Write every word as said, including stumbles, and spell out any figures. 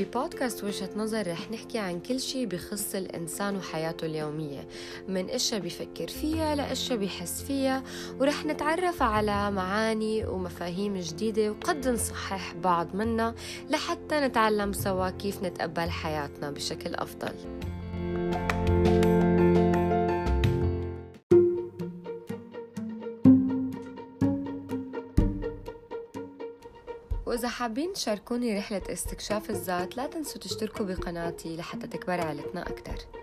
ببودكاست وجهة نظر رح نحكي عن كل شي بخص الإنسان وحياته اليومية، من إشياء بيفكر فيها لإشياء بيحس فيها، ورح نتعرف على معاني ومفاهيم جديدة وقد نصحح بعض منها لحتى نتعلم سوا كيف نتقبل حياتنا بشكل أفضل. وإذا حابين تشاركوني رحلة استكشاف الذات لا تنسوا تشتركوا بقناتي لحتى تكبر عائلتنا أكتر.